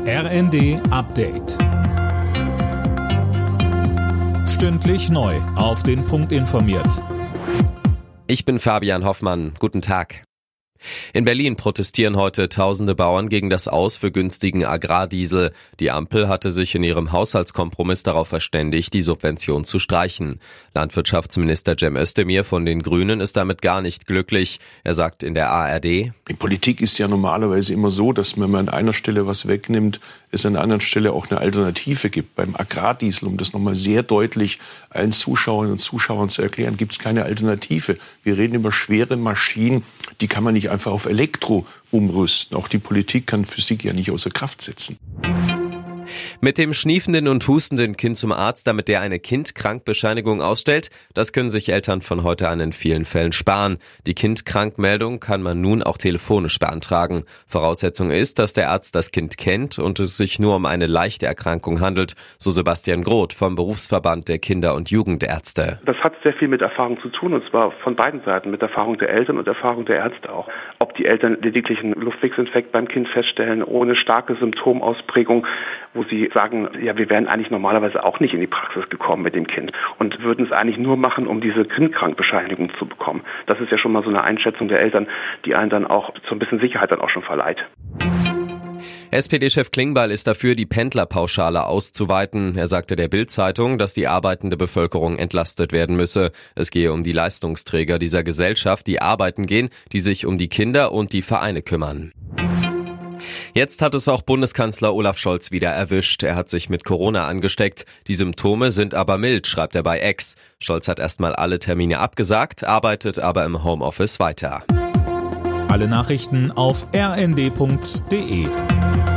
RND Update. Stündlich neu auf den Punkt informiert. Ich bin Fabian Hoffmann. Guten Tag. In Berlin protestieren heute tausende Bauern gegen das Aus für günstigen Agrardiesel. Die Ampel hatte sich in ihrem Haushaltskompromiss darauf verständigt, die Subvention zu streichen. Landwirtschaftsminister Cem Özdemir von den Grünen ist damit gar nicht glücklich. Er sagt in der ARD: Die Politik ist ja normalerweise immer so, dass wenn man an einer Stelle was wegnimmt, es an einer anderen Stelle auch eine Alternative gibt. Beim Agrardiesel, um das nochmal sehr deutlich allen Zuschauerinnen und Zuschauern zu erklären, gibt es keine Alternative. Wir reden über schwere Maschinen, die kann man nicht einfach auf Elektro umrüsten. Auch die Politik kann Physik ja nicht außer Kraft setzen. Mit dem schniefenden und hustenden Kind zum Arzt, damit der eine Kindkrankbescheinigung ausstellt, das können sich Eltern von heute an in vielen Fällen sparen. Die Kindkrankmeldung kann man nun auch telefonisch beantragen. Voraussetzung ist, dass der Arzt das Kind kennt und es sich nur um eine leichte Erkrankung handelt, so Sebastian Groth vom Berufsverband der Kinder- und Jugendärzte. Das hat sehr viel mit Erfahrung zu tun, und zwar von beiden Seiten, mit Erfahrung der Eltern und Erfahrung der Ärzte auch. Ob die Eltern lediglich einen Luftwegsinfekt beim Kind feststellen, ohne starke Symptomausprägung, wo sie sagen, ja, wir wären eigentlich normalerweise auch nicht in die Praxis gekommen mit dem Kind und würden es eigentlich nur machen, um diese Kindkrankbescheinigung zu bekommen. Das ist ja schon mal so eine Einschätzung der Eltern, die einen dann auch so ein bisschen Sicherheit dann auch schon verleiht. SPD-Chef Klingbeil ist dafür, die Pendlerpauschale auszuweiten. Er sagte der Bild-Zeitung, dass die arbeitende Bevölkerung entlastet werden müsse. Es gehe um die Leistungsträger dieser Gesellschaft, die arbeiten gehen, die sich um die Kinder und die Vereine kümmern. Jetzt hat es auch Bundeskanzler Olaf Scholz wieder erwischt. Er hat sich mit Corona angesteckt. Die Symptome sind aber mild, schreibt er bei X. Scholz hat erstmal alle Termine abgesagt, arbeitet aber im Homeoffice weiter. Alle Nachrichten auf rnd.de.